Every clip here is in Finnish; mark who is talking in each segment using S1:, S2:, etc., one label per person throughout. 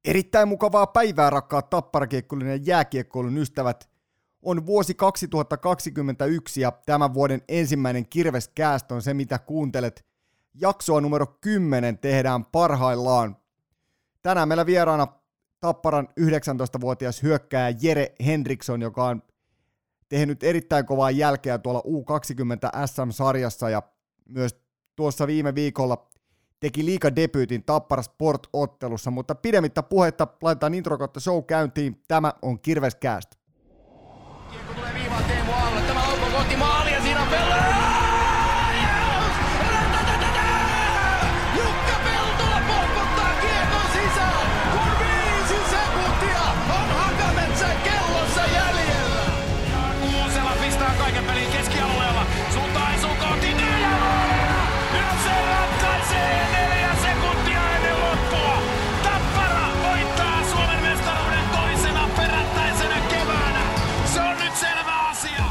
S1: Erittäin mukavaa päivää, rakkaat tapparakiekkoilun ja jääkiekkoilun ystävät. On vuosi 2021 ja tämän vuoden ensimmäinen Kirveskääst on se, mitä kuuntelet. Jaksoa numero 10 tehdään parhaillaan. Tänään meillä vieraana Tapparan 19-vuotias hyökkääjä Jere Henriksson, joka on tehnyt erittäin kovaa jälkeä tuolla U20 SM-sarjassa ja myös tuossa viime viikolla teki liigadebyytin Tappara Sport-ottelussa, mutta pidemmittä puhetta laitetaan intro kautta show käyntiin. Tämä on Kirveskääst.
S2: Kiekko tulee viivaan Teemu Aalle, tämä laukko kohti maalia, siinä on pelaa! Jukka Peltola pompottaa kiekon sisään, kun 5 sekuntia on Hakametsän kellossa jäljellä. Ja Kuusela pistää kaiken pelin keskialueella, suuntaisuu kohti ja se ratkaisee 4 sekuntia ennen loppua. Tappara voittaa Suomen mestaruuden toisena perättäisenä keväänä. Se on nyt selvä asia.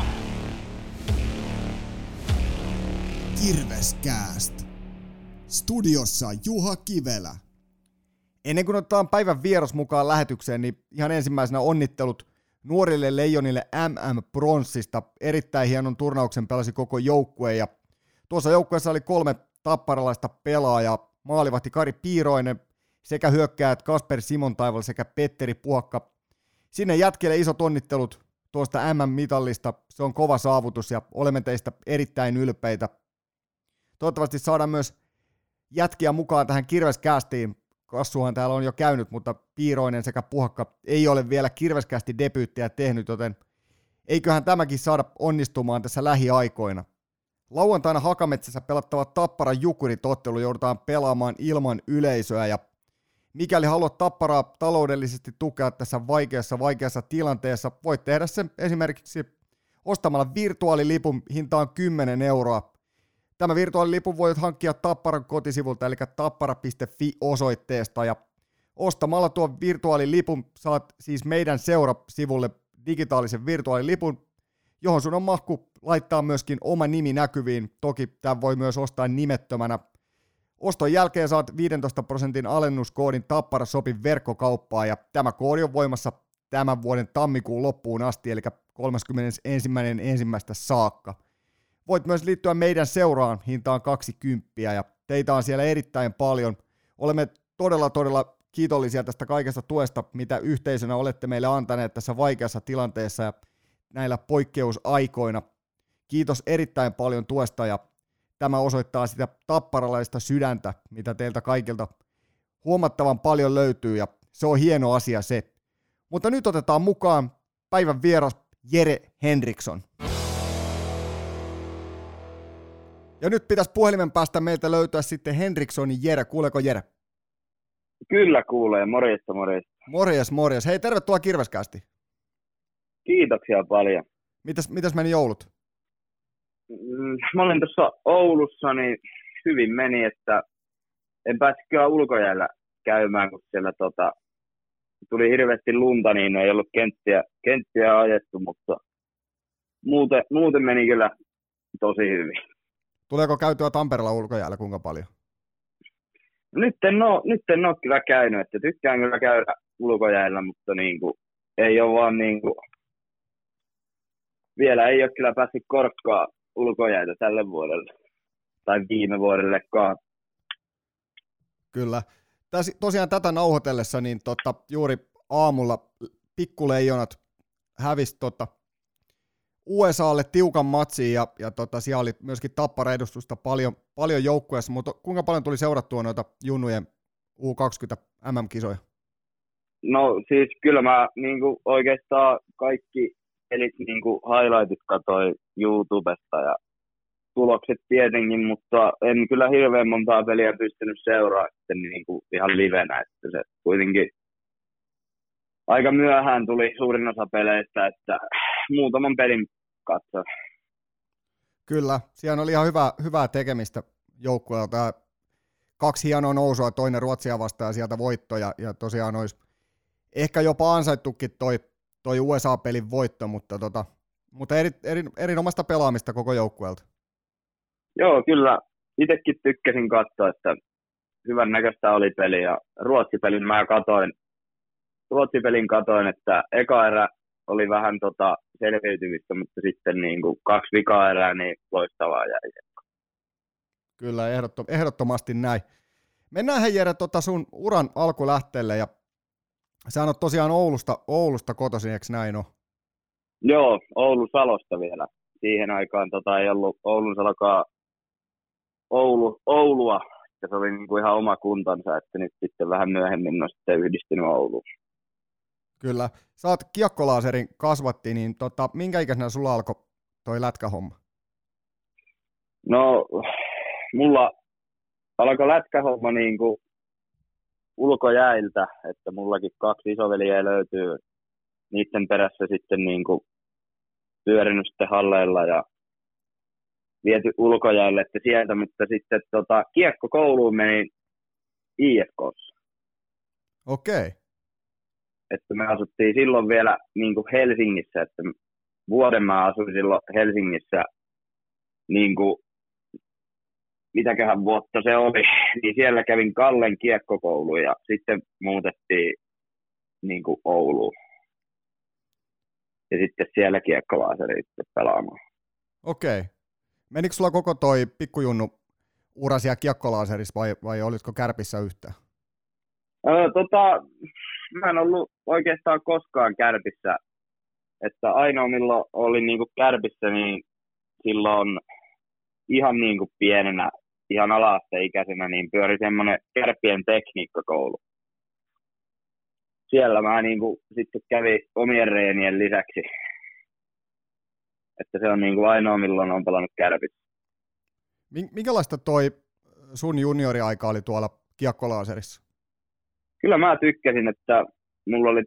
S3: Kirveskääst. Studiossa Juha Kivelä.
S1: Ennen kuin otetaan päivän vieras mukaan lähetykseen, niin ihan ensimmäisenä onnittelut nuorille leijonille MM-pronssista. Erittäin hienon turnauksen pelasi koko joukkue ja tuossa joukkueessa oli 3 tapparalaista pelaajaa, maalivahti Kari Piiroinen sekä hyökkääjät Kasper Simontaival sekä Petteri Puokka. Sinne jätkille isot onnittelut tuosta MM-mitallista, se on kova saavutus ja olemme teistä erittäin ylpeitä. Toivottavasti saadaan myös jätkiä mukaan tähän Kirveskäästiin. Kassuhan täällä on jo käynyt, mutta Piiroinen sekä Puokka ei ole vielä Kirveskäästin debyyttiä tehnyt, joten eiköhän tämäkin saada onnistumaan tässä lähiaikoina. Lauantaina Hakametsässä pelattava Tapparan Jukurit-ottelu joudutaan pelaamaan ilman yleisöä ja mikäli haluat Tapparaa taloudellisesti tukea tässä vaikeassa tilanteessa, voit tehdä sen esimerkiksi ostamalla virtuaalilipun hintaan 10 euroa. Tämä virtuaalilipun voit hankkia Tapparan kotisivulta eli tappara.fi-osoitteesta ja ostamalla tuon virtuaalilipun saat siis meidän seurasivulle digitaalisen virtuaalilipun, johon sun on mahku laittaa myöskin oma nimi näkyviin. Toki tämä voi myös ostaa nimettömänä. Oston jälkeen saat 15% alennuskoodin Tappara Shopin verkkokauppaan ja tämä koodi on voimassa tämän vuoden tammikuun loppuun asti, eli 31.1. saakka. Voit myös liittyä meidän seuraan hintaan 20 ja teitä on siellä erittäin paljon. Olemme todella kiitollisia tästä kaikesta tuesta, mitä yhteisönä olette meille antaneet tässä vaikeassa tilanteessa ja näillä poikkeusaikoina. Kiitos erittäin paljon tuesta ja tämä osoittaa sitä tapparalaista sydäntä, mitä teiltä kaikilta huomattavan paljon löytyy ja se on hieno asia se. Mutta nyt otetaan mukaan päivän vieras Jere Henriksson. Ja nyt pitäisi puhelimen päästä meiltä löytyä sitten Henrikssonin Jere. Kuuleeko Jere?
S4: Kyllä kuulee, morjesta.
S1: Morjes. Hei, tervetuloa Kirveskäästiin.
S4: Kiitoksia paljon.
S1: Mitäs meni joulut?
S4: Mä olin tuossa Oulussa, niin hyvin meni, että en päässyt kyllä ulkojäällä käymään, kun siellä tuli hirveästi lunta, niin ei ollut kenttiä ajettu, mutta muuten meni kyllä tosi hyvin.
S1: Tuleeko käytyä Tampereella ulkojäällä kuinka paljon?
S4: Nyt en ole kyllä käynyt, että tykkään kyllä käydä ulkojäällä, mutta niinku, ei ole vaan niinku, vielä ei ole kyllä päässyt korkkaa ulkojäitä tälle vuodelle, tai viime vuodellekaan.
S1: Kyllä. Tosiaan tätä nauhoitellessa, niin juuri aamulla pikkuleijonat hävisi USAlle tiukan matsiin, ja siellä oli myöskin Tappara-edustusta paljon joukkueessa, mutta kuinka paljon tuli seurattua noita junnujen U20 MM-kisoja?
S4: No siis kyllä mä niinku oikeastaan kaikki pelit niinku highlightit katsoin YouTubesta ja tulokset tietenkin, mutta en kyllä hirveän montaa peliä pystynyt seuraamaan niinku ihan livenä, että se kuitenkin aika myöhään tuli suurin osa peleistä, että muutaman pelin katsoin.
S1: Kyllä, siellä oli ihan hyvää tekemistä joukkueelta. 2 hienoa nousua, toinen Ruotsia vastaan ja sieltä voitto, ja tosiaan olisi ehkä jopa ansaittukin toi USA-pelin voitto, mutta erinomaista pelaamista koko joukkueelta.
S4: Joo, kyllä. Itsekin tykkäsin katsoa, että hyvän näköistä oli peli, ja Ruotsi-pelin mä katoin Ruotsi-pelin katoin, että eka erä oli vähän selviytymistä, mutta sitten niin kuin 2 vikaa erää, niin loistavaa jäi.
S1: Kyllä, ehdottomasti näin. Mennään hei Jere sun uran alkulähteelle, ja sä oot tosiaan Oulusta kotoisin, eikö näin ole?
S4: Joo, Oulun Salosta vielä. Siihen aikaan ei ollut Oulun Salokaan Oulua, että se oli niin kuin ihan oma kuntansa, että nyt sitten vähän myöhemmin on sitten yhdistynyt Ouluun.
S1: Kyllä. Sä oot kiekkolaaserin kasvatti, niin minkä ikäisenä sulla alkoi toi lätkähomma?
S4: No, mulla alkoi lätkähomma niin kuin ulkojäiltä, että mullakin 2 isoveliä löytyy niiden perässä sitten niin kuin pyörinyt sitten halleilla ja viety ulkojäille, että sieltä, mutta sitten kiekkokouluun meni IFK:ssa.
S1: Okei.
S4: Että me asuttiin silloin vielä niin kuin Helsingissä, että vuoden mä asuin silloin Helsingissä, niin kuin, mitäköhän vuotta se oli, niin siellä kävin Kallen kiekkokoulu ja sitten muutettiin niin kuin Ouluun. Ja sitten siellä kiekkolaaseri pelaamaan.
S1: Okei. Menikö sulla koko toi pikkujunnu ura siellä kiekkolaaserissa vai olitko Kärpissä yhtään?
S4: Mä en ollut oikeastaan koskaan Kärpissä. Että ainoa milloin olin niinku Kärpissä, niin silloin ihan niinku pienenä, ihan ala-asteikäisenä, niin pyöri semmoinen Kärppien tekniikkakoulu. Siellä mä niinku sitten kävin omien reenien lisäksi. Että se on niinku ainoa milloin on pelannut Kärpissä.
S1: Minkälaista toi sun junioriaika oli tuolla kiekkolaaserissa?
S4: Kyllä mä tykkäsin, että mulla oli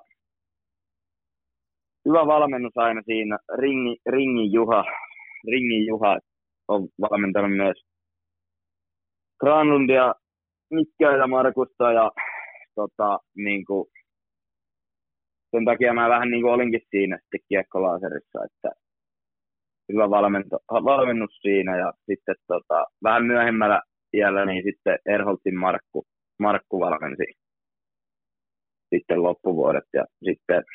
S4: hyvä valmennus aina siinä. Ringin Juha on valmentanut myös Granlundia, Mikkiä ja Markusta ja niinku, sen takia mä vähän niinku olinkin siinä sitten kiekkolaaserissa, että hyvä valmennus siinä ja sitten vähän myöhemmällä iällä niin sitten Erholtin Markku valmensi sitten loppuvuodet ja sitten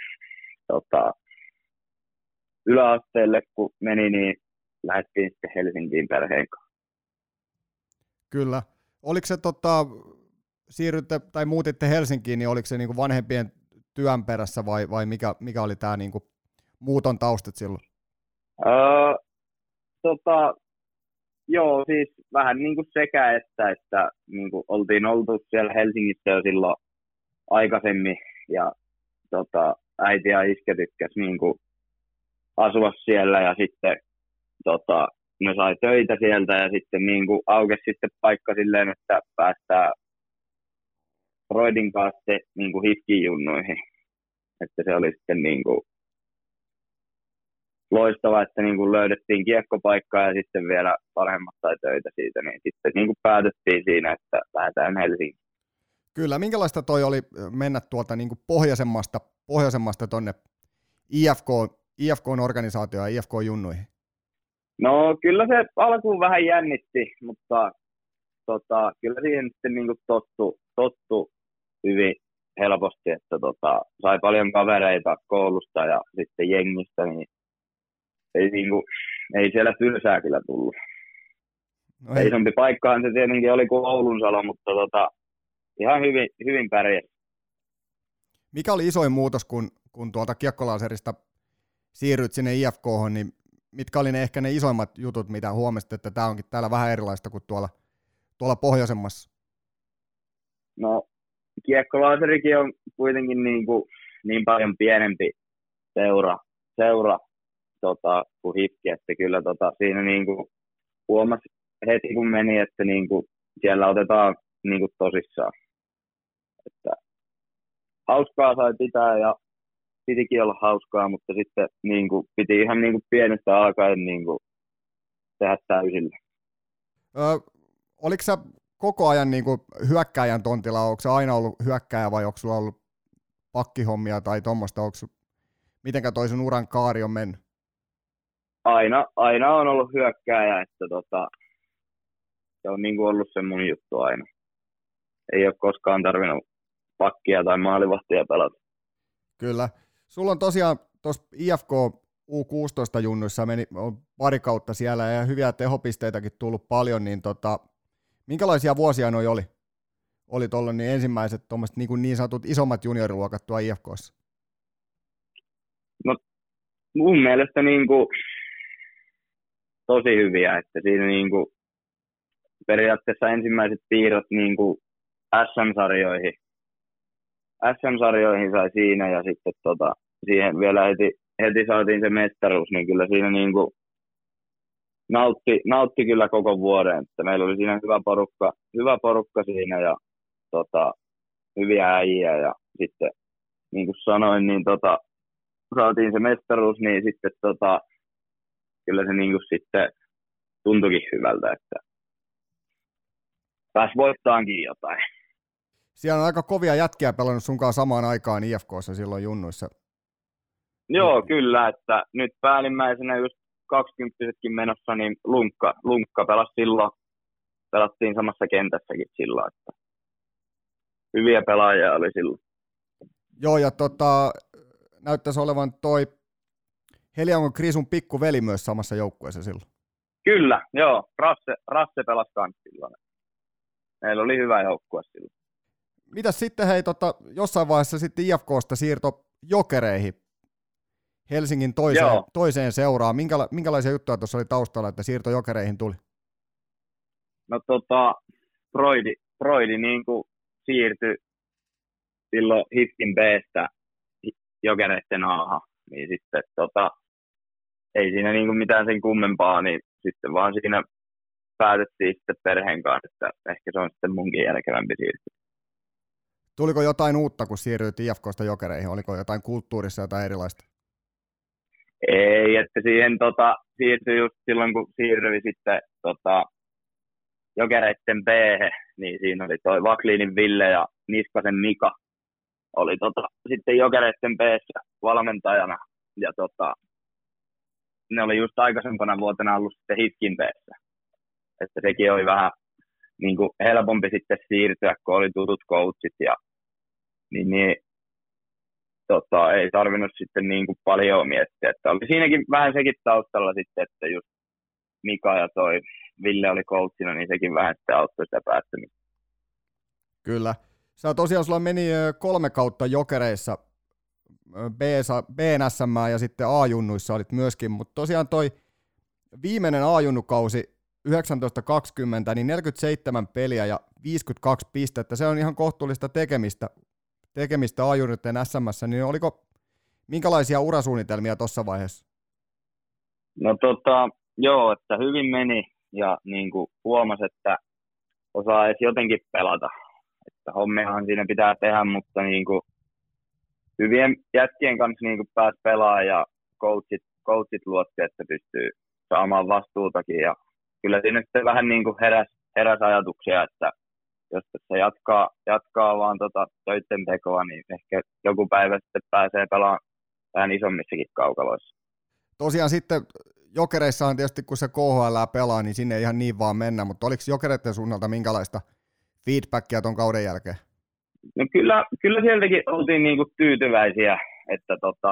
S4: yläasteelle kun meni, niin lähdettiin sitten Helsinkiin perheen kanssa.
S1: Kyllä. Oliko se siirrytte tai muutitte Helsinkiin, niin oliko se niinku vanhempien työn perässä vai mikä oli tämä niinku muuton taustat silloin?
S4: Joo, siis vähän niinku sekä että niinku oltiin oltu siellä Helsingissä jo silloin aikaisemmin ja äiti ja iskä tykkäs niinku asua siellä ja sitten ne sai töitä sieltä ja sitten niinku aukesi sitten paikka silleen, että päästään Broidin kanssa niinku HIFKin junnuihin. Että se oli sitten niinku loistava, että niinku löydettiin kiekkopaikkaa ja sitten vielä vanhemmat sai töitä siitä, niin sitten niinku päätettiin siinä, että lähdetään Helsinkiin.
S1: Kyllä, minkälaista toi oli mennä tuolta niinku pohjoisemmasta tonne IFK:n organisaatioon ja IFK-junnuihin?
S4: No kyllä se alkuun vähän jännitti, mutta kyllä siihen sitten niinku tottu hyvin helposti, että sai paljon kavereita koulusta ja sitten jengistä, niin ei siellä tylsää kyllä tullut. No isompi paikkahan se tietenkin oli kuin Oulun Salo, mutta ihan hyvin pärjäsi.
S1: Mikä oli isoin muutos, kun tuolta kiekkolaaserista siirryt sinne IFK:hon, niin mitkä oli ehkä ne isoimmat jutut, mitä huomasit, että tämä onkin täällä vähän erilaista kuin tuolla pohjoisemmassa?
S4: No, kiekkolaaserikin on kuitenkin niin paljon pienempi seura kuin HIFK, että kyllä siinä huomasi heti kun meni, että siellä otetaan tosissaan. Että hauskaa sai pitää ja pitikin olla hauskaa, mutta sitten piti ihan pienestä alkaen tehdä täysillä.
S1: Oliko sä koko ajan hyökkääjän tontilla, onko se aina ollut hyökkääjä vai onko sulla ollut pakkihommia tai tuommoista, mitenkä toi sun uran kaari on mennyt?
S4: Aina on ollut hyökkääjä, että se on ollut se mun juttu aina. Ei ole koskaan tarvinnut pakkia tai maalivahtia pelata.
S1: Kyllä. Sulla on tosiaan tuossa IFK U16-junnuissa on pari kautta siellä ja hyviä tehopisteitäkin tullut paljon, niin minkälaisia vuosia noi oli? Oli tuolla niin ensimmäiset niin sanotut isommat junioriluokat tuo IFK:ssa?
S4: No mun mielestä niinku tosi hyviä, että siinä niinku periaatteessa ensimmäiset piirrot niinku SM-sarjoihin sai siinä ja sitten siihen vielä heti saatiin se mestaruus, niin kyllä siinä niinku nautti kyllä koko vuoden, että meillä oli siinä hyvä porukka siinä ja hyviä äijiä ja sitten niin kuin sanoin, niin saatiin se mestaruus, niin sitten kyllä se niin kuin sitten tuntuikin hyvältä, että pääsi voittaankin jotain.
S1: Siellä on aika kovia jätkiä pelannut sunkaan samaan aikaan IFK:ssa silloin junnuissa.
S4: Joo, kyllä, että nyt päällimmäisenä just 20-kin menossa, niin Lunkka pelasi silloin, pelattiin samassa kentässäkin silloin, että hyviä pelaajia oli silloin. Joo,
S1: ja näyttäisi olevan toi Heliangon Krisun pikkuveli myös samassa joukkueessa silloin.
S4: Kyllä, joo, Rasse pelasi kanssa silloin. Meillä oli hyvä joukkue silloin.
S1: Mitäs sitten hei, jossain vaiheessa sitten IFK:sta siirto Jokereihin Helsingin toiseen seuraan. Minkälaisia juttuja tuossa oli taustalla, että siirto Jokereihin tuli?
S4: No Broidi niin kuin siirtyi silloin Hifkin B:stä Jokereiden A:han, niin sitten ei siinä niin kuin mitään sen kummempaa, niin sitten vaan siinä päätettiin sitten perheen kanssa, että ehkä se on sitten munkin järkevämpi siirtyä.
S1: Tuliko jotain uutta, kun siirryit IFK:sta Jokereihin? Oliko jotain kulttuurissa jotain erilaista?
S4: Ei, että siihen siirtyi just silloin, kun siirryi sitten Jokereiden B-he, niin siinä oli toi Vakliinin Ville ja Niskasen Mika oli sitten Jokereiden B:ssä valmentajana ja ne oli just aikaisempana vuotena ollut sitten Hifkin B:ssä. Että sekin oli vähän niin kuin helpompi sitten siirtyä, kun oli tutut coachit ja niin ei tarvinnut sitten niin kuin paljon miettiä. Että oli siinäkin vähän sekin taustalla sitten, että just Mika ja toi Ville oli coachina, niin sekin vähän sitten auttoi sitä päättämistä.
S1: Kyllä. Sulla meni 3 kautta Jokereissa, BNSM ja sitten A-junnuissa olit myöskin, mutta tosiaan toi viimeinen A-junnukausi 1920, niin 47 peliä ja 52 pistettä, se on ihan kohtuullista tekemistä A-junnuiden SM:ssä, niin minkälaisia urasuunnitelmia tuossa vaiheessa?
S4: No joo, että hyvin meni ja niin kuin huomasi, että osaa edes jotenkin pelata. Että hommiahan siinä pitää tehdä, mutta niin kuin hyvien jätkien kanssa niin kuin pääsi pelaamaan ja coachit luotti, että pystyy saamaan vastuutakin. Ja kyllä siinä sitten vähän niin kuin heräsi ajatuksia, että jos se jatkaa vaan töitten tekoa, niin ehkä joku päivä sitten pääsee pelaamaan vähän isommissakin kaukaloissa.
S1: Tosiaan sitten Jokereissahan tietysti, kun se KHL pelaa, niin sinne ei ihan niin vaan mennä, mutta oliko Jokereiden suunnalta minkälaista feedbackia ton kauden jälkeen?
S4: No kyllä sieltäkin oltiin niinku tyytyväisiä, että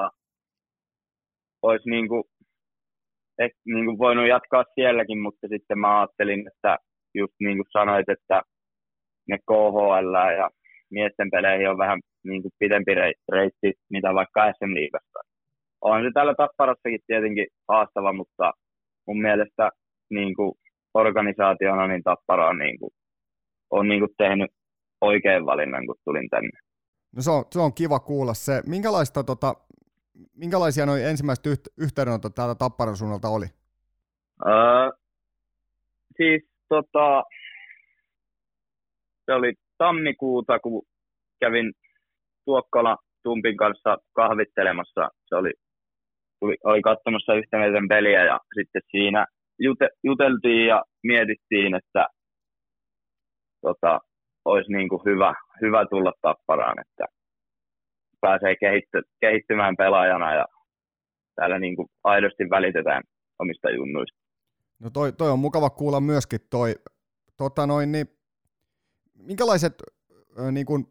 S4: olisi niinku voinut jatkaa sielläkin, mutta sitten mä ajattelin, että just niin kuin sanoit, että ne KHL ja miesten peleihin on vähän niinku pitempi reitti, mitä vaikka SM-liigassa. On se täällä Tapparassakin tietenkin haastava, mutta mun mielestä niinku organisaationa niin Tappara on niinku tehnyt oikein valinnan, kun tulin tänne.
S1: No se on kiva kuulla se. Minkälaisia nuo ensimmäiset yhteydenotot täältä Tapparan suunnalta oli?
S4: Siis se oli tammikuuta, kun kävin Tuokkola Tumpin kanssa kahvittelemassa. Se oli katsomassa yhtä meidän peliä ja sitten siinä juteltiin ja mietittiin, että olisi niin kuin hyvä tulla Tapparaan, että pääsee kehittymään pelaajana ja täällä niin kuin aidosti välitetään omista junnuista.
S1: No toi on mukava kuulla myöskin niin minkälaiset niin kuin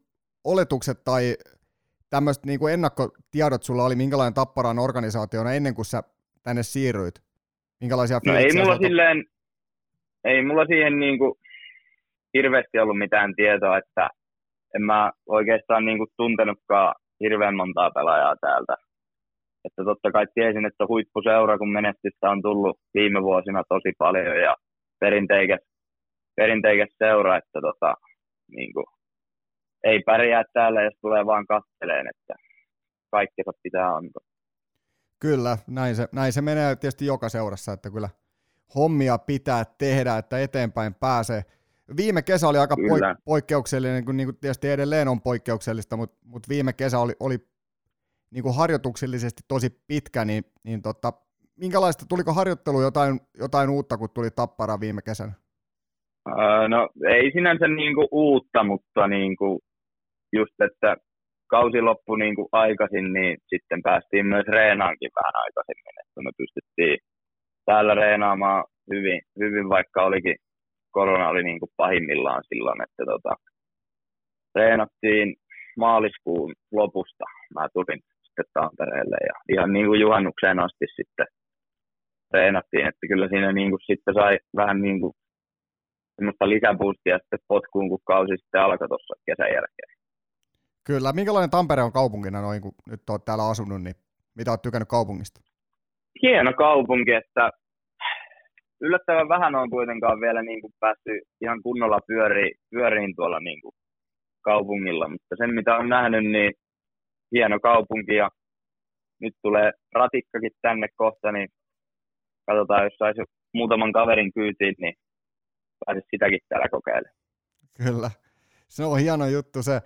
S1: oletukset tai tämmöiset niin kuin ennakkotiedot sulla oli, minkälainen Tapparan organisaationa ennen kuin sä tänne siirryit? Minkälaisia
S4: No ei mulla
S1: silleen,
S4: ei mulla siihen niinku hirveästi ollut mitään tietoa, että en mä oikeastaan niinku tuntenutkaan hirveän montaa pelaajaa täältä. Että totta kai tiesin, että huippuseura, kun menestystä on tullut viime vuosina tosi paljon ja perinteikäs seura, että niinku, ei pärjää täällä, jos tulee vaan katteleen, että kaikkensa pitää antaa.
S1: Kyllä, näin se menee tietysti joka seurassa, että kyllä hommia pitää tehdä, että eteenpäin pääsee. Viime kesä oli aika poikkeuksellinen, niin kuin tietysti edelleen on poikkeuksellista, mutta viime kesä oli niin kuin harjoituksellisesti tosi pitkä, niin minkälaista, tuliko harjoittelu jotain uutta, kun tuli Tappara viime kesänä?
S4: No ei sinänsä niinku uutta, mutta niinku just, että kausi loppui niinku aikaisin, niin sitten päästiin myös reenaankin vähän aikaisemmin, että me pystyttiin täällä reenaamaan hyvin vaikka korona oli niinku pahimmillaan silloin, että treenattiin maaliskuun lopusta. Mä tulin sitten Tampereelle ja ihan niinku juhannukseen asti sitten treenattiin, että kyllä siinä niinku sitten sai vähän niinku semmoista lisäboostia sitten potkuun, kun kausi sitten alkoi tuossa kesän jälkeen.
S1: Kyllä. Minkälainen Tampere on kaupunkina noin, kun nyt olet täällä asunut, niin mitä olet tykännyt kaupungista?
S4: Hieno kaupunki, että yllättävän vähän on kuitenkaan vielä niin kuin päässyt ihan kunnolla pyöriin tuolla niin kuin kaupungilla, mutta sen mitä on nähnyt, niin hieno kaupunki ja nyt tulee ratikkakin tänne kohta, niin katsotaan, jos saisi muutaman kaverin kyytiin, niin pääsisi sitäkin täällä kokeilemaan.
S1: Kyllä, se on hieno juttu se.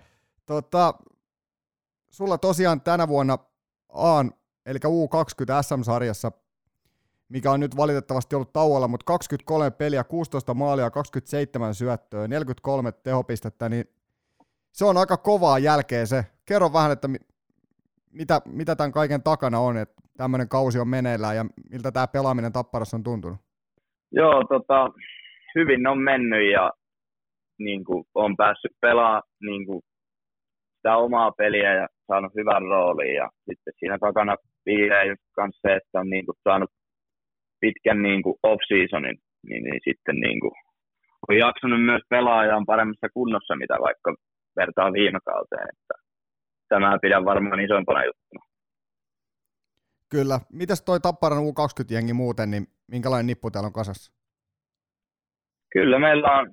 S1: Sulla tosiaan tänä vuonna eli U20 SM-sarjassa, mikä on nyt valitettavasti ollut tauolla, mutta 23 peliä, 16 maalia, 27 syöttöä, 43 tehopistettä, niin se on aika kovaa jälkeen se. Kerro vähän, että mitä tämän kaiken takana on, että tämmöinen kausi on meneillään ja miltä tämä pelaaminen Tapparassa on tuntunut?
S4: Joo, hyvin on mennyt ja niin kuin, on päässyt pelaamaan niin kuin, sitä omaa peliä ja saanut hyvän roolin ja sitten siinä takana piiree just kanssa se, että on niin kuin, saanut pitkän niin kuin off-seasonin, niin sitten niin kuin, on jaksanut myös pelaa ja on paremmassa kunnossa, mitä vaikka vertaa viime kauteen, että tämä pidän varmaan isompana juttuna.
S1: Kyllä. Mitäs toi Tapparan U20-jengi muuten, niin minkälainen nippu täällä on kasassa?
S4: Kyllä meillä on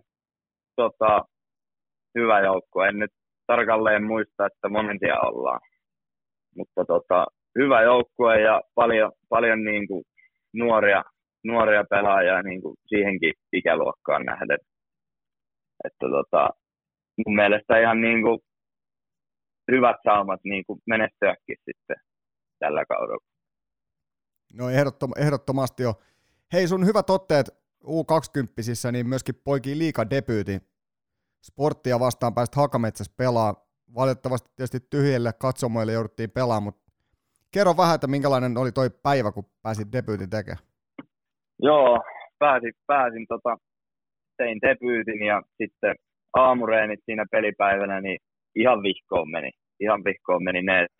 S4: hyvä joukko. En nyt tarkalleen muista, että monensia ollaan. Mutta hyvä joukkue ja paljon niin kuin nuoria pelaajia niin kuin siihenkin ikäluokkaan nähden. Että mun mielestä ihan niin kuin hyvät saumat niin kuin menestyäkin sitten tällä kaudella.
S1: No ehdottomasti jo. Hei, sun hyvät otteet U20-sissä, niin myöskin poikii liigadebyytin. Sporttia vastaan pääsit Hakametsässä pelaa. Valitettavasti tietysti tyhjille katsomoille jouduttiin pelaamaan, mutta kerro vähän, että minkälainen oli toi päivä, kun pääsit debyytin tekemään. Joo,
S4: pääsin tein debyytin ja sitten aamureenit siinä pelipäivänä, niin ihan vihkoon meni ne, että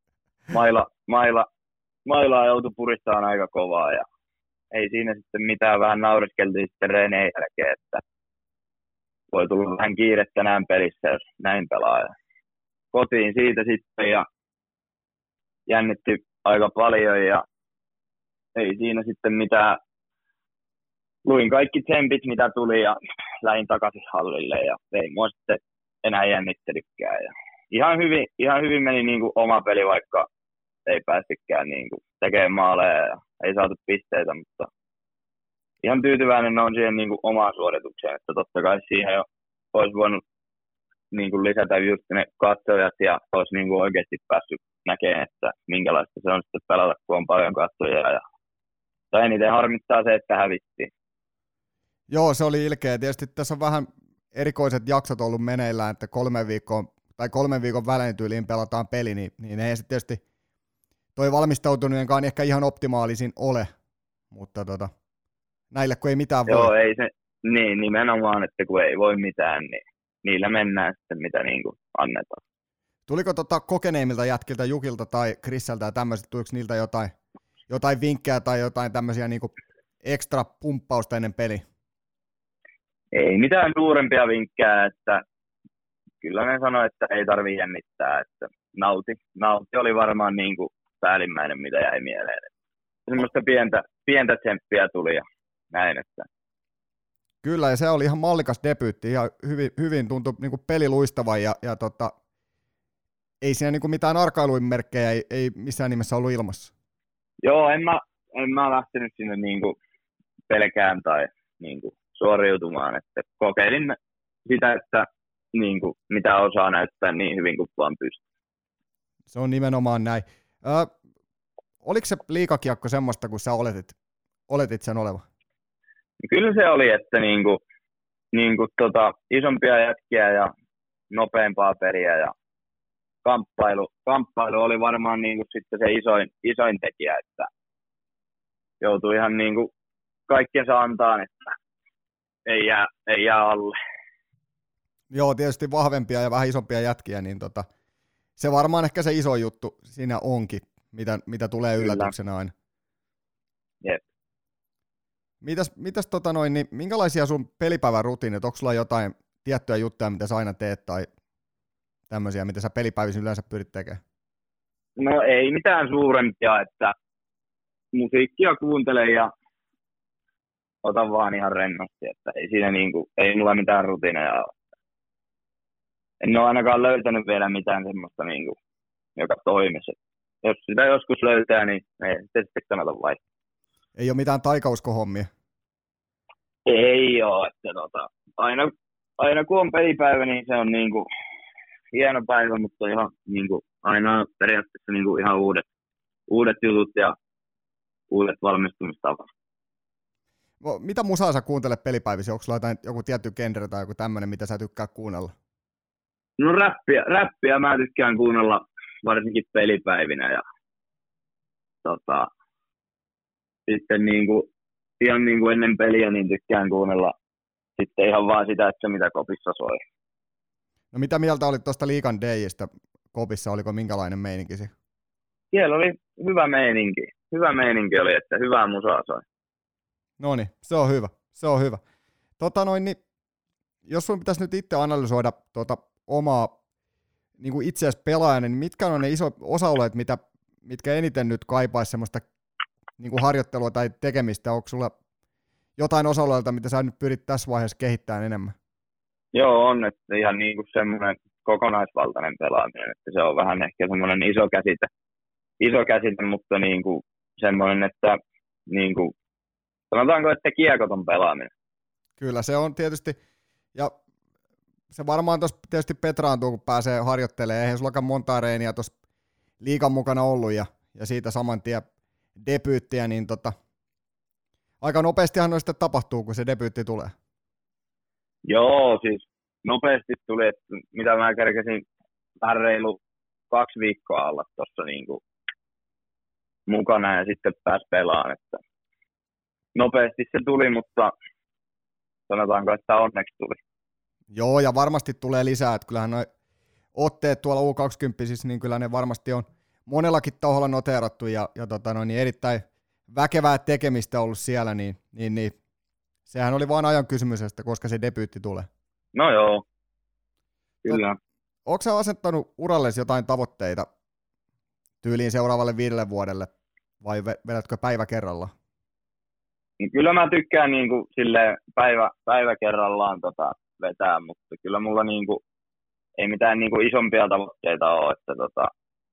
S4: mailaa joutui puristamaan aika kovaa ja ei siinä sitten mitään, vähän nauriskeltiin sitten reenien jälkeen, että voi tulla vähän kiire tänään pelissä, jos näin pelaa. Ja kotiin siitä sitten ja jännitti aika paljon ja ei siinä sitten mitään. Luin kaikki tsempit, mitä tuli ja lähdin takaisin hallille ja ei mua sitten enää jännittelykään. Ja ihan hyvin meni niin kuin oma peli, vaikka ei päästykään niin kuin tekemään maaleja ja ei saatu pisteitä, mutta ihan tyytyväinen on siihen niin kuin omaan suoritukseen, että totta kai siihen jo olisi voinut niin kuin lisätä just ne katsojat ja olisi niin kuin oikeasti päässyt näkemään, että minkälaista se on sitten pelata, kun on paljon katsojia. Tai eniten harmittaa se, että hävittiin.
S1: Joo, se oli ilkeä. Tietysti tässä on vähän erikoiset jaksot ollut meneillään, että 3 viikon välein tyyliin pelataan peli, niin ei se tietysti toi valmistautuneenkaan ehkä ihan optimaalisin ole, mutta näille kun ei mitään voi.
S4: Joo, ei se, niin nimenomaan, että kun ei voi mitään, niin niillä mennään sitten mitä niin kuin annetaan.
S1: Tuliko kokeneimmilta jätkiltä, Jukilta tai Krisseltä ja tämmöiset, tuliko niiltä jotain vinkkejä tai jotain tämmöisiä niinku ekstra pumppausta ennen peliä?
S4: Ei mitään suurempia vinkkejä, että kyllä ne sanoi, että ei tarvitse jännittää, että nauti oli varmaan niin kuin päällimmäinen, mitä jäi mieleen. Semmoista pientä tsemppiä tuli ja näin, että
S1: Kyllä, ja se oli ihan mallikas debyytti, ihan hyvin tuntui niin peli luistavan, ja ei siinä niin mitään arkailuin merkkejä ei missään nimessä ollut ilmassa.
S4: Joo, en mä lähtenyt sinne niin kuin pelkään tai niin kuin suoriutumaan, että kokeilin sitä, että niin kuin, mitä osaa näyttää niin hyvin kuin vaan pystyy.
S1: Se on nimenomaan näin. Oliko se liigakiekko semmoista, kun sä oletit sen olevan?
S4: Kyllä se oli, että isompia jätkiä ja nopeampaa peliä ja kamppailu oli varmaan niin kuin sitten se isoin tekijä, että joutui ihan niin kuin kaikkensa antaan, että ei jää alle.
S1: Joo, tietysti vahvempia ja vähän isompia jätkiä, niin se varmaan ehkä se iso juttu siinä onkin, mitä tulee yllätyksenä aina.
S4: Jep.
S1: Mitäs niin minkälaisia sun pelipäivän rutiinit, onko sulla jotain tiettyjä juttuja, mitä sä aina teet, tai tämmöisiä, mitä sä pelipäivisin yleensä pyrit tekemään?
S4: No ei mitään suurempia, että musiikkia kuuntelen ja otan vaan ihan rennosti, että ei siinä ei mulla mitään rutiineja ole. En ole ainakaan löytänyt vielä mitään semmoista, joka toimisi. Jos sitä joskus löytää, niin ei sitten kannata vaihtaa.
S1: Ei ole mitään taikauskohommia?
S4: Ei ole. Että aina kun on pelipäivä, niin se on hieno päivä, mutta ihan aina periaatteessa ihan uudet jutut ja uudet valmistumistavat.
S1: Mitä musaa sä kuuntelet pelipäivissä? Onko sulla joku tietty genre tai joku tämmöinen, mitä sä tykkää kuunnella?
S4: No räppiä mä tykkään kuunnella varsinkin pelipäivinä ja sitten ihan ennen peliä niin tykkään kuunnella sitten ihan vaan sitä, että mitä kopissa soi.
S1: No mitä mieltä olit tuosta Liigan Dayistä kopissa? Oliko minkälainen meininki?
S4: Siellä oli hyvä meininki. Hyvä meininki oli, että hyvää musaa soi.
S1: Noniin, se on hyvä. Se on hyvä. Niin, jos sun pitäisi nyt itse analysoida omaa niin itseäsi pelaajana, niin mitkä on ne isot osa-alueet, mitkä eniten nyt kaipaisi semmoista niin harjoittelua tai tekemistä? Onko sulla jotain osa-alueelta, mitä sä nyt pyrit tässä vaiheessa kehittämään enemmän?
S4: Joo, on, että ihan semmoinen kokonaisvaltainen pelaaminen, että se on vähän ehkä semmoinen iso käsite, mutta semmoinen, että sanotaanko, että kiekoton pelaaminen. Kyllä,
S1: se on tietysti, ja se varmaan tuossa tietysti petraantuu, kun pääsee harjoittelemaan. Eihän sullakaan montaa reeniä tuossa liigan mukana ollut, ja siitä saman tien debyyttiä, niin aika nopeastihan noista tapahtuu, kun se debyytti tulee.
S4: Joo, siis nopeasti tuli, että mitä mä kerkesin vähän reilu 2 viikkoa olla tuossa mukana ja sitten pääsi pelaamaan, että nopeasti se tuli, mutta sanotaanko, että onneksi tuli.
S1: Joo, ja varmasti tulee lisää, että kyllähän noi otteet tuolla U20, niin kyllä ne varmasti on monellakin taholla noteerattu ja niin erittäin väkevää tekemistä ollut siellä, niin sehän oli vaan ajan kysymys, että koska se debyytti tulee.
S4: No joo, kyllä.
S1: Oletko sä asettanut urallesi jotain tavoitteita tyyliin seuraavalle 5 vuodelle, vai vedätkö päivä kerrallaan?
S4: Kyllä mä tykkään silleen päivä kerrallaan vetää, mutta kyllä mulla ei mitään isompia tavoitteita ole, että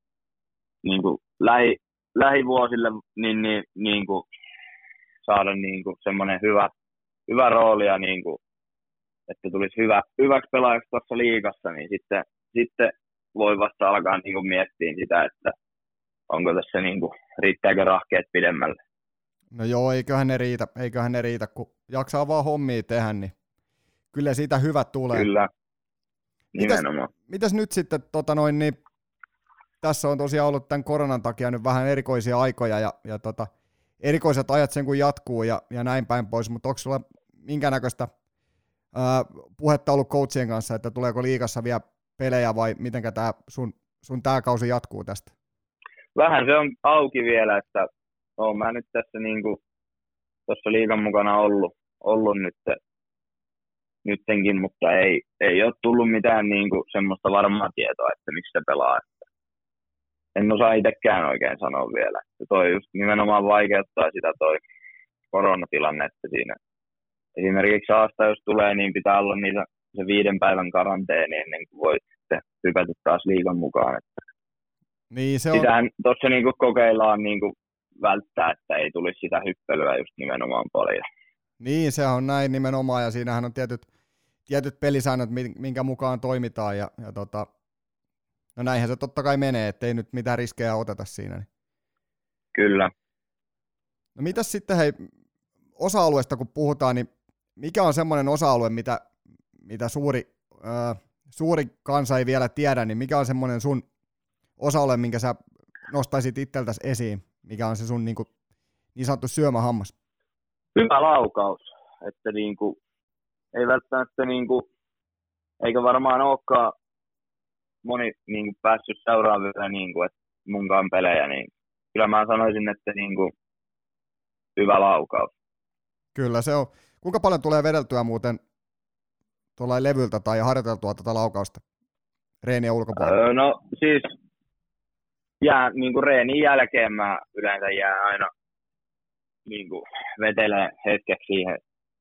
S4: lähivuosille niin saada semmoinen hyvä rooli ja että tulisi hyväksi pelaajaksi tuossa liigassa, niin sitten voi vasta alkaa miettiä sitä, että onko tässä riittääkö rahkeet pidemmälle.
S1: No joo, eiköhän ne riitä, kun jaksaa vaan hommia tehdä, niin kyllä siitä hyvä tulee.
S4: Kyllä, nimenomaan.
S1: Mitäs nyt sitten, niin tässä on tosiaan ollut tämän koronan takia nyt vähän erikoisia aikoja ja erikoiset ajat sen kun jatkuu ja näin päin pois, mutta onko sulla minkä näköistä puhetta ollut coachien kanssa, että tuleeko liigassa vielä pelejä vai mitenkä tämä sun sun tää kausi jatkuu tästä?
S4: Vähän se on auki vielä, että oon mä nyt tässä niinku tuossa liigan mukana ollut nyttenkin, mutta ei ole tullut mitään niinku semmoista varmaa tietoa, että missä pelaa. En osaa itsekään oikein sanoa vielä. Toi just nimenomaan vaikeuttaa sitä toi koronatilanne, että siinä esimerkiksi Aasta, jos tulee, niin pitää olla se 5 päivän karanteeni ennen kuin voi sitten hypätä taas liigan mukaan.
S1: Niin, se on...
S4: Sitähän tuossa niinku kokeillaan niinku välttää, että ei tulisi sitä hyppelyä just nimenomaan paljon.
S1: Niin, se on näin nimenomaan, ja siinähän on tietyt pelisäännöt, minkä mukaan toimitaan, ja no näinhän se totta kai menee, ettei nyt mitään riskejä oteta siinä. Niin.
S4: Kyllä.
S1: No mitäs sitten, hei, osa-alueesta kun puhutaan, niin mikä on semmoinen osa-alue, mitä suuri kansa ei vielä tiedä, niin mikä on semmoinen sun osa-alue, minkä sä nostaisit itseltäsi esiin, mikä on se sun niin sanottu syömähammas?
S4: Hyvä laukaus, että niinku, ei välttämättä niinku, eikä varmaan olekaan moni niinku päässyt seuraaville niinku, että munkaan pelejä, niin kyllä mä sanoisin, että niinku, hyvä laukaus.
S1: Kyllä se on. Kuinka paljon tulee vedeltyä muuten tuollain levyltä tai harjoiteltua tätä laukausta reenien ulkopuolella?
S4: No siis niinku reenin jälkeen mä yleensä jään aina niinku vetelee hetkeksi siihen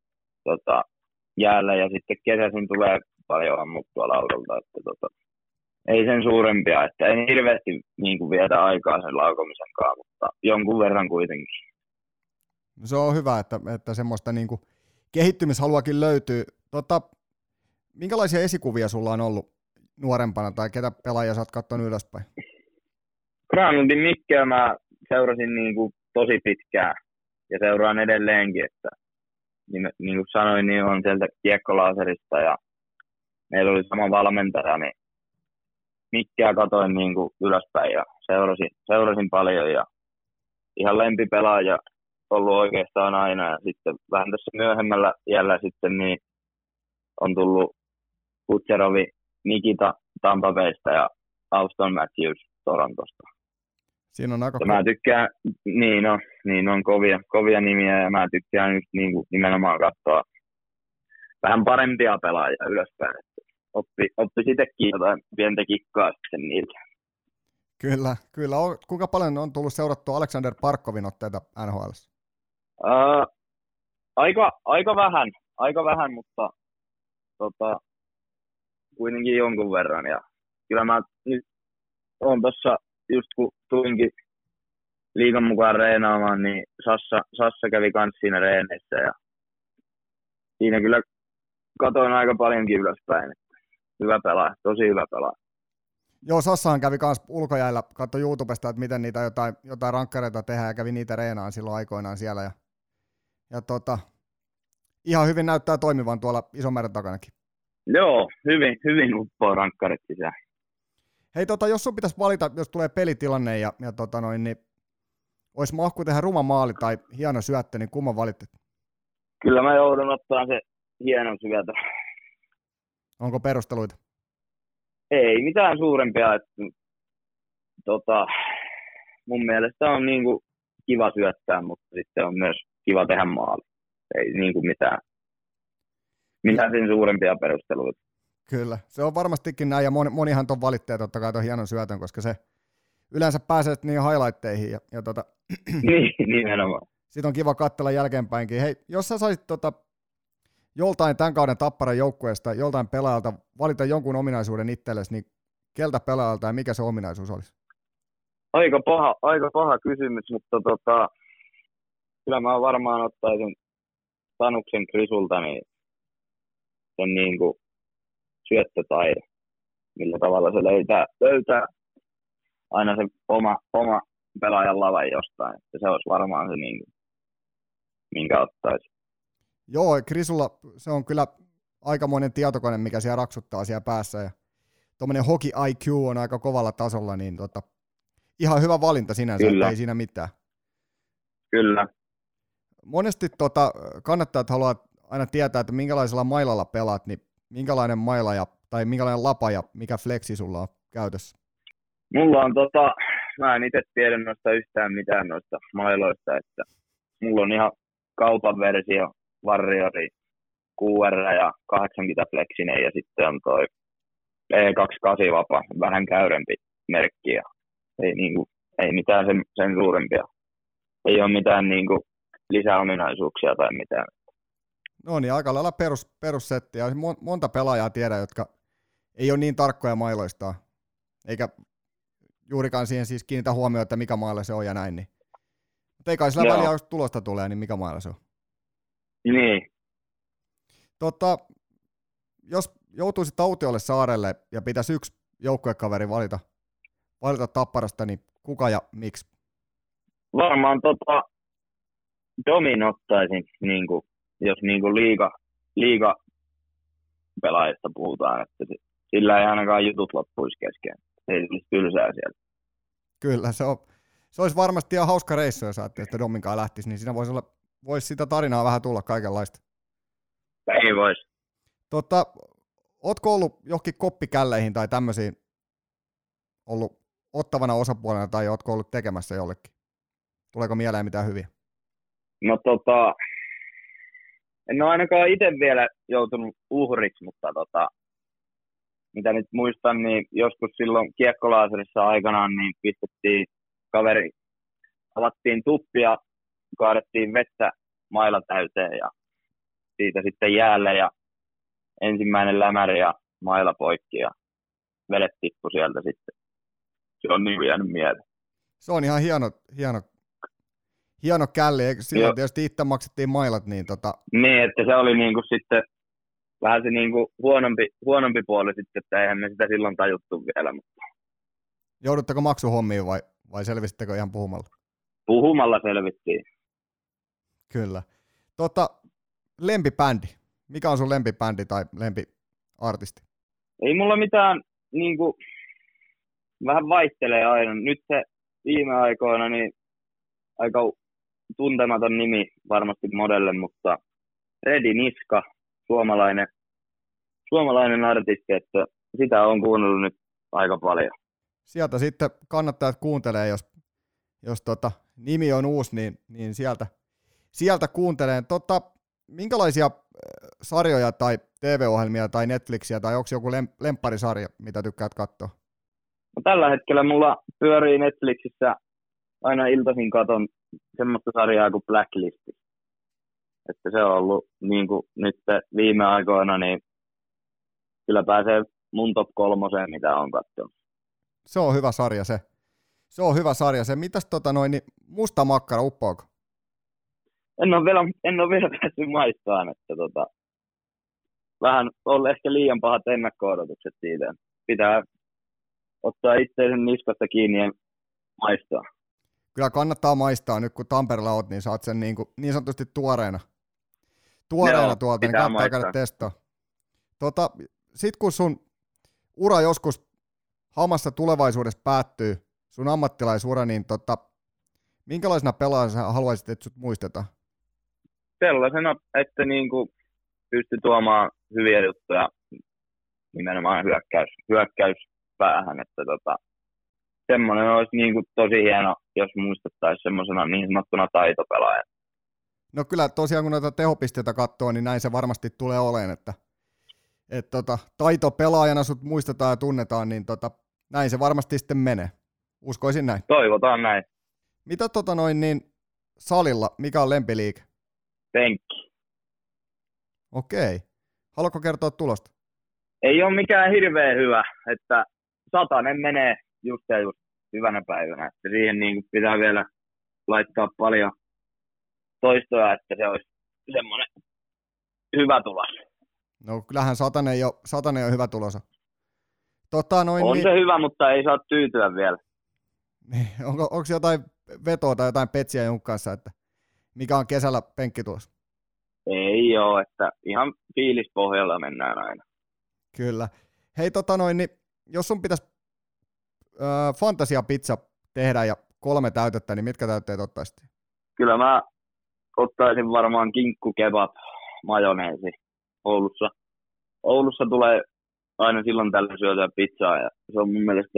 S4: jäällä ja sitten kesäisin tulee paljon ammuttua laukalta, että ei sen suurempia, että en hirveästi niinku vietä aikaa sen laukomisen kanssa, mutta jonkun verran kuitenkin.
S1: No se on hyvä, että semmoista niinku kehittymishaluakin löytyy. Minkälaisia esikuvia sulla on ollut nuorempana tai ketä pelaajia sä oot katsonut ylöspäin?
S4: Granlundin Mikkeä mä seurasin niinku tosi pitkään ja seuraan edelleenkin, että niin kuin sanoin, niin on sieltä Kiekkolaaserista ja meillä oli sama valmentaja, niin Mikkeä katoin niinku ylöspäin ja seurasin paljon ja ihan lempipelaaja ollut oikeastaan aina ja sitten vähän tässä myöhemmällä iällä sitten niin on tullut Kutserovi Nikita Tampa Baysta ja Auston Matthews Torontosta.
S1: Siinä on aika
S4: mä tykkään, niin on kovia nimiä ja mä tykkään just niinku nimenomaan katsoa vähän parempia pelaajia ylöspäin. Oppi itsekin jotain pientä kikkaa sitten niiltä.
S1: Kyllä. Kuinka paljon on tullut seurattua Alexander Parkkovin otteita NHL:ssä?
S4: Aika vähän, mutta kuitenkin jonkun verran. Ja kyllä mä nyt on tossa, just kun tulinkin liigan mukaan reenaamaan, niin Sassa kävi kans siinä reeneissä ja siinä kyllä katoin aika paljonkin ylöspäin. Hyvä pelaaja, tosi hyvä pelaaja.
S1: Joo, Sassahan kävi kans ulkojäällä, katsoi YouTubesta, että miten niitä jotain rankkareita tehdään ja kävi niitä reenaan silloin aikoinaan siellä. Ja ihan hyvin näyttää toimivan tuolla Isomeren takanakin.
S4: Joo, hyvin uppoo rankkarit sisään.
S1: Hei, jos sun pitäisi valita, jos tulee pelitilanne ja niin olisi mahku tehdä ruma maali tai hieno syöttö, niin kumman valitset?
S4: Kyllä mä joudun ottaa se hieno syöttö.
S1: Onko perusteluita?
S4: Ei mitään suurempia. Että, mun mielestä on niinku kiva syöttää, mutta sitten on myös kiva tehdä maali. Ei niinku mitään sen suurempia perusteluita.
S1: Kyllä, se on varmastikin näin, ja monihan ton valitsee totta kai ton hienon syötön, koska se yleensä pääsee niihin highlightteihin.
S4: Niin, nimenomaan.
S1: Sitten on kiva katsella jälkeenpäinkin. Hei, jos sä saisit joltain tämän kauden Tapparan joukkueesta, joltain pelaajalta valita jonkun ominaisuuden itsellesi, niin keltä pelaajalta ja mikä se ominaisuus olisi?
S4: Aika paha kysymys, mutta kyllä mä varmaan ottaisin Tanuksen Krisulta niin sen niinku syöttötaide, millä tavalla se löytää aina se oma pelaajan lavan jostain, että se olisi varmaan se niinku, minkä ottaisi.
S1: Joo, Krisulla se on kyllä aikamoinen tietokone, mikä siellä raksuttaa siellä päässä, ja tuommoinen hockey IQ on aika kovalla tasolla, niin ihan hyvä valinta sinänsä, ei siinä mitään.
S4: Kyllä.
S1: Monesti kannattajat haluaa aina tietää, että minkälaisella mailalla pelaat, niin minkälainen maila tai minkälainen lapa ja mikä fleksi sulla on käytössä?
S4: Mulla on mä en itse tiedä noista yhtään mitään noista mailoista, että mulla on ihan kaupan versio, Warriori, QR ja 80 Flexinen ja sitten on toi E28 vapa, vähän käyrempi merkki ja ei mitään sen suurempia. Ei ole mitään niinku lisäominaisuuksia tai mitään.
S1: No niin, aika lailla perussetti. Ja monta pelaajaa tiedän, jotka ei ole niin tarkkoja mailoistaan, eikä juurikaan siihen siis kiinnitä huomioon, että mikä mailla se on ja näin. Niin. Mutta ei kai sillä väliä, jos tulosta tulee, niin mikä mailla se on.
S4: Niin.
S1: Jos joutuisit autiolle saarelle ja pitäisi yksi joukkuekaveri valita Tapparasta, niin kuka ja miksi?
S4: Varmaan Domin ottaisin, niinku, jos niinku liiga pelaajista puhutaan, että sillä ei ainakaan jutut loppuisi kesken. Ei olisi tylsää siellä.
S1: Kyllä, se olisi varmasti ihan hauska reissu, jos ajattelee, että Dominkaan lähtisi, niin siinä voisi sitä tarinaa vähän tulla kaikenlaista.
S4: Ei voisi.
S1: Ootko ollut johonkin koppikälleihin tai tämmöisiin ollut ottavana osapuolena tai ootko ollut tekemässä jollekin? Tuleeko mieleen mitään hyviä?
S4: No en ole ainakaan itse vielä joutunut uhriksi, mutta mitä nyt muistan, niin joskus silloin kiekkolaserissa aikanaan niin pistettiin kaveri, avattiin tuppia, kaadettiin vettä mailla täyteen ja siitä sitten jäälle ja ensimmäinen lämäri ja maila poikki ja vedet tippu sieltä sitten. Se on niin jäänyt mieleen.
S1: Se on ihan hieno källi, eikö silloin tietysti itse maksettiin mailat, niin
S4: Niin, että se oli niinku sitten vähän se niinku huonompi puoli sitten, että eihän me sitä silloin tajuttu vielä. Mutta
S1: joudutteko maksuhommiin vai selvittekö ihan puhumalla?
S4: Puhumalla selvittiin.
S1: Kyllä. Lempibändi. Mikä on sun lempibändi tai lempiartisti?
S4: Ei mulla mitään, niinku, vähän vaihtelee aina. Nyt se viime aikoina niin aika tuntematon nimi varmasti modelle, mutta Redi Niska, suomalainen artisti, että sitä on kuunnellut nyt aika paljon.
S1: Sieltä sitten kannattajat kuuntelee, jos nimi on uusi, niin sieltä kuuntelee. Minkälaisia sarjoja tai TV-ohjelmia tai Netflixiä tai onko joku lempparisarja, mitä tykkäät katsoa?
S4: No, tällä hetkellä mulla pyörii Netflixissä, aina iltaisin katon semmoista sarjaa kuin Blacklist. Että se on ollut niin kuin nyt viime aikoina, niin kyllä pääsee mun top 3, mitä on katsonut.
S1: Se on hyvä sarja se. Se on hyvä sarja se. Mitäs niin Musta makkara, uppoako?
S4: En ole vielä päässyt maistamaan, että vähän on ehkä liian pahat ennakko-odotukset siitä. Pitää ottaa itseisen niskasta kiinni ja maistaa. Kyllä
S1: kannattaa maistaa. Nyt kun Tampereella oot, niin saat sen niin sanotusti tuoreena tuolta, niin kannattaa käydä testaa. Sitten kun sun ura joskus hamassa tulevaisuudessa päättyy, sun ammattilaisura, niin minkälaisena pelaajana haluaisit, että sut muistetaan?
S4: Sellaisena, että niinku pystyy tuomaan hyviä juttuja nimenomaan hyökkäyspäähän, että semmoinen olisi niinku tosi hieno, jos muistettaisiin semmoisena niin sanottuna taitopelaajana.
S1: No kyllä tosiaan kun noita tehopisteitä katsoo, niin näin se varmasti tulee olemaan, että taitopelaajana sut muistetaan ja tunnetaan, niin näin se varmasti sitten menee. Uskoisin näin.
S4: Toivotaan näin.
S1: Mitä niin salilla, mikä on lempiliike?
S4: Penkki.
S1: Okei. Haluatko kertoa tulosta?
S4: Ei ole mikään hirveän hyvä, että 100 menee just hyvänä päivänä. Että siihen niin pitää vielä laittaa paljon toistoja, että se olisi semmoinen hyvä tulos.
S1: No kyllähän 100 on hyvä tulos.
S4: On se hyvä, mutta ei saa tyytyä vielä.
S1: Onko jotain vetoa tai jotain petsiä jonkun kanssa, että mikä on kesällä penkkitulos?
S4: Ei ole, että ihan fiilispohjalla mennään aina.
S1: Kyllä. Hei niin jos sun pitäisi fantasiapizza tehdä ja 3 täytettä, niin mitkä täytteet ottaisit?
S4: Kyllä mä ottaisin varmaan kinkku, kebab, majoneesi Oulussa tulee aina silloin tällä syötyä pizzaa ja se on mun mielestä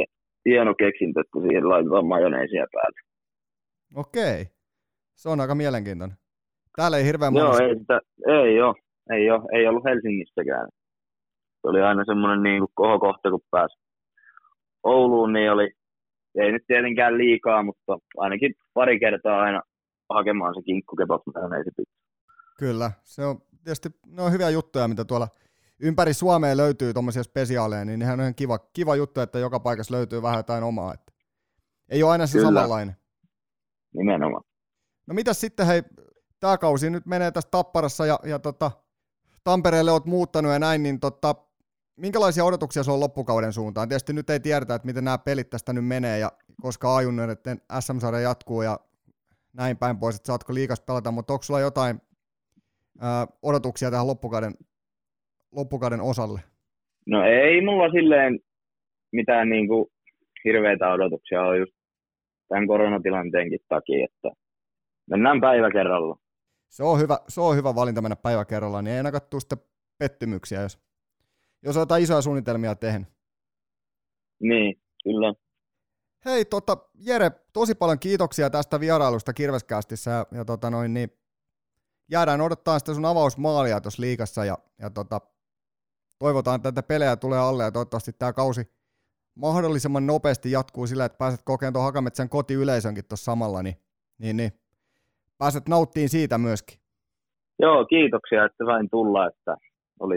S4: hieno keksintö, että siihen laitetaan majoneesia päälle.
S1: Okei. Se on aika mielenkiintoinen. Täällä ei hirveän monessa...
S4: Joo, ei ollut Helsingissäkään. Se oli aina semmoinen niin kuin kohokohta, kun pääsi Ouluun, niin ei nyt tietenkään liikaa, mutta ainakin pari kertaa aina hakemaan se kinkkukebab majoneesipizza.
S1: Kyllä, se on tietysti, ne on hyviä juttuja, mitä tuolla ympäri Suomea löytyy tuommoisia spesiaaleja, niin nehän on ihan kiva juttu, että joka paikassa löytyy vähän jotain omaa. Että ei ole aina se samanlainen.
S4: Nimenomaan.
S1: No mitäs sitten, hei, tämä kausi nyt menee tässä Tapparassa ja Tampereelle olet muuttanut ja näin, niin minkälaisia odotuksia se on loppukauden suuntaan? Tietysti nyt ei tiedetä, että miten nämä pelit tästä nyt menee ja koska A-junioreiden SM-sarja jatkuu ja näin päin pois, että saatko liigas pelata, mutta onko sulla jotain odotuksia tähän loppukauden osalle?
S4: No ei mulla silleen mitään niinku hirveitä odotuksia on just tämän koronatilanteenkin takia, että mennään päivä kerralla.
S1: Se on hyvä valinta mennä päivä kerrallaan, niin ei ainakaan tule sitten pettymyksiä, jos on jotain isoja suunnitelmia tehnyt.
S4: Niin, kyllä.
S1: Hei, Jere, tosi paljon kiitoksia tästä vierailusta Kirvescastissa ja niin jäädään odottaa sitä sun avausmaalia tuossa liigassa ja toivotaan, että tätä pelejä tulee alle ja toivottavasti tämä kausi mahdollisimman nopeasti jatkuu sillä, että pääset kokemaan tuon Hakametsän kotiyleisönkin tuossa samalla, niin pääset nauttiin siitä myöskin.
S4: Joo, kiitoksia, että sain tulla, että oli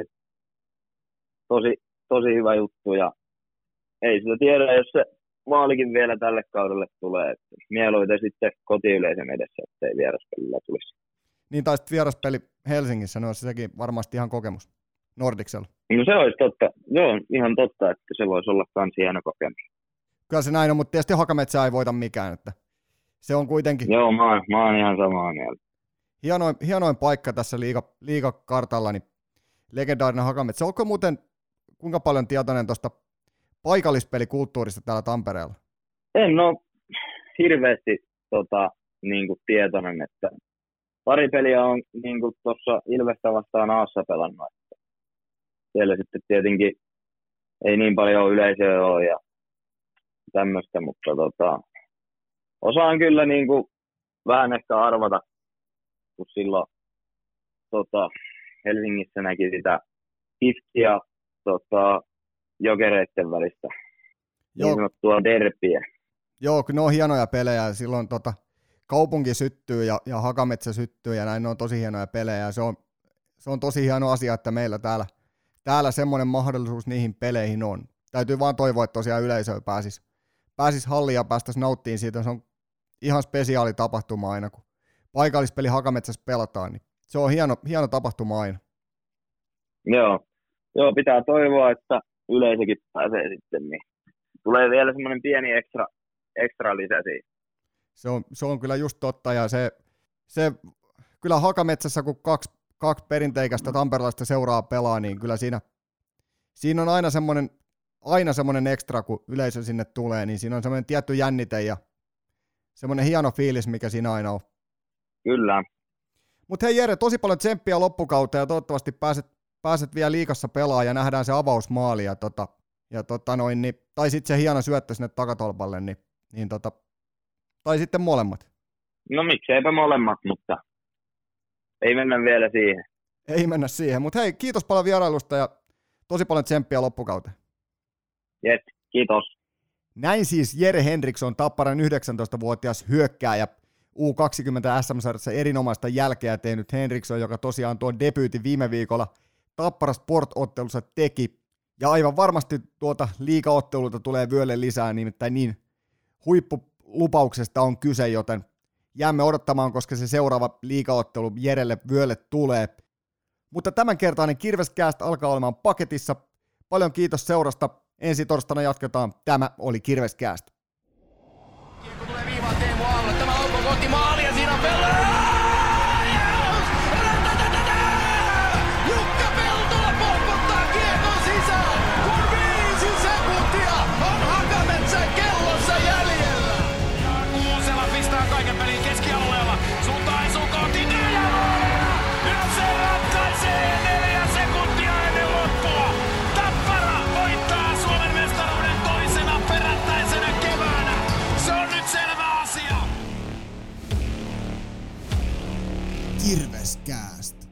S4: tosi hyvä juttu ja ei sitä tiedä, jos se maalikin vielä tälle kaudelle tulee, että mieluiten sitten kotiyleisön edessä, ettei vieraspelillä tulisi.
S1: Niin taisit vieraspeli Helsingissä, no sekin varmasti ihan kokemus Nordicsella.
S4: No se olisi totta, joo, ihan totta, että se voisi olla kans hieno kokemus.
S1: Kyllä se näin on, mutta tietysti Hakametsä ei voita mikään, että se on kuitenkin...
S4: Joo, mä oon ihan samaa mieltä.
S1: Hienoin paikka tässä liigakartalla, niin legendaarinen Hakametsä. Onko muuten kuinka paljon tietoinen tuosta paikallispelikulttuurista täällä Tampereella?
S4: En ole hirveästi niin kuin tietoinen, että pari peliä on niin kuin tuossa Ilvestä vastaan Aassa pelannut. Siellä sitten tietenkin ei niin paljon yleisöä ole ja tämmöistä, mutta osaan kyllä niin kuin vähän ehkä arvata, kun silloin Helsingissä näki sitä Kifkiä Jokereiden välistä niin sanottua derbiä.
S1: Joo, ne on hienoja pelejä. Silloin kaupunki syttyy ja Hakametsä syttyy ja näin, ne on tosi hienoja pelejä. Se on tosi hieno asia, että meillä täällä semmoinen mahdollisuus niihin peleihin on. Täytyy vaan toivoa, että tosiaan yleisöä pääsis halliin ja päästäisiin nauttiin siitä. Se on ihan spesiaali tapahtuma aina, kun paikallispeli Hakametsässä pelataan. Niin se on hieno tapahtuma aina.
S4: Joo, pitää toivoa, että yleisökin pääsee sitten. Niin tulee vielä semmoinen pieni ekstra lisä siihen.
S1: Se on kyllä just totta, ja se kyllä Hakametsässä, kun kaksi perinteikästä tamperelaista seuraa pelaa, niin kyllä siinä on aina semmoinen ekstra, kun yleisö sinne tulee, niin siinä on semmoinen tietty jännite ja semmoinen hieno fiilis, mikä siinä aina on.
S4: Kyllä.
S1: Mutta hei Jere, tosi paljon tsemppiä loppukauteen ja toivottavasti pääset vielä liigassa pelaamaan ja nähdään se avausmaali tai sitten se hieno syöttö sinne takatolpalle, tai sitten molemmat.
S4: No mikseipä molemmat, mutta ei mennä vielä siihen.
S1: Ei mennä siihen, mutta hei, kiitos paljon vierailusta ja tosi paljon tsemppiä loppukauteen.
S4: Jes, kiitos.
S1: Näin siis Jere Henriksson, Tapparan 19-vuotias hyökkääjä, U20 SM-sarjassa erinomaista jälkeä tehnyt Henriksson, joka tosiaan tuon debyytin viime viikolla Tappara Sport-ottelussa teki. Ja aivan varmasti tuota liigaotteluita tulee vyölle lisää, nimittäin niin huippulupauksesta on kyse, joten jäämme odottamaan, koska se seuraava liigaottelu Jerelle vyölle tulee. Mutta tämänkertainen Kirvescast alkaa olemaan paketissa. Paljon kiitos seurasta. Ensi torstaina jatketaan. Tämä oli Kirvescast.
S2: Kiekko tulee viivaan Teemu Aalle. Tämä laukoo kohti maalia. Siinä on Jukka Peltola pompottaa kiekon sisään. Kun 5 sekuntia on Hakametsän kellossa jäljellä. Ja Kuusela pistää kaiken pelin keskialueella. Suuntaisuu kohti ja se ratkaisee 4 sekuntia ennen loppua. Tappara voittaa Suomen mestaruuden toisena perättäisenä
S3: Ilveskääst.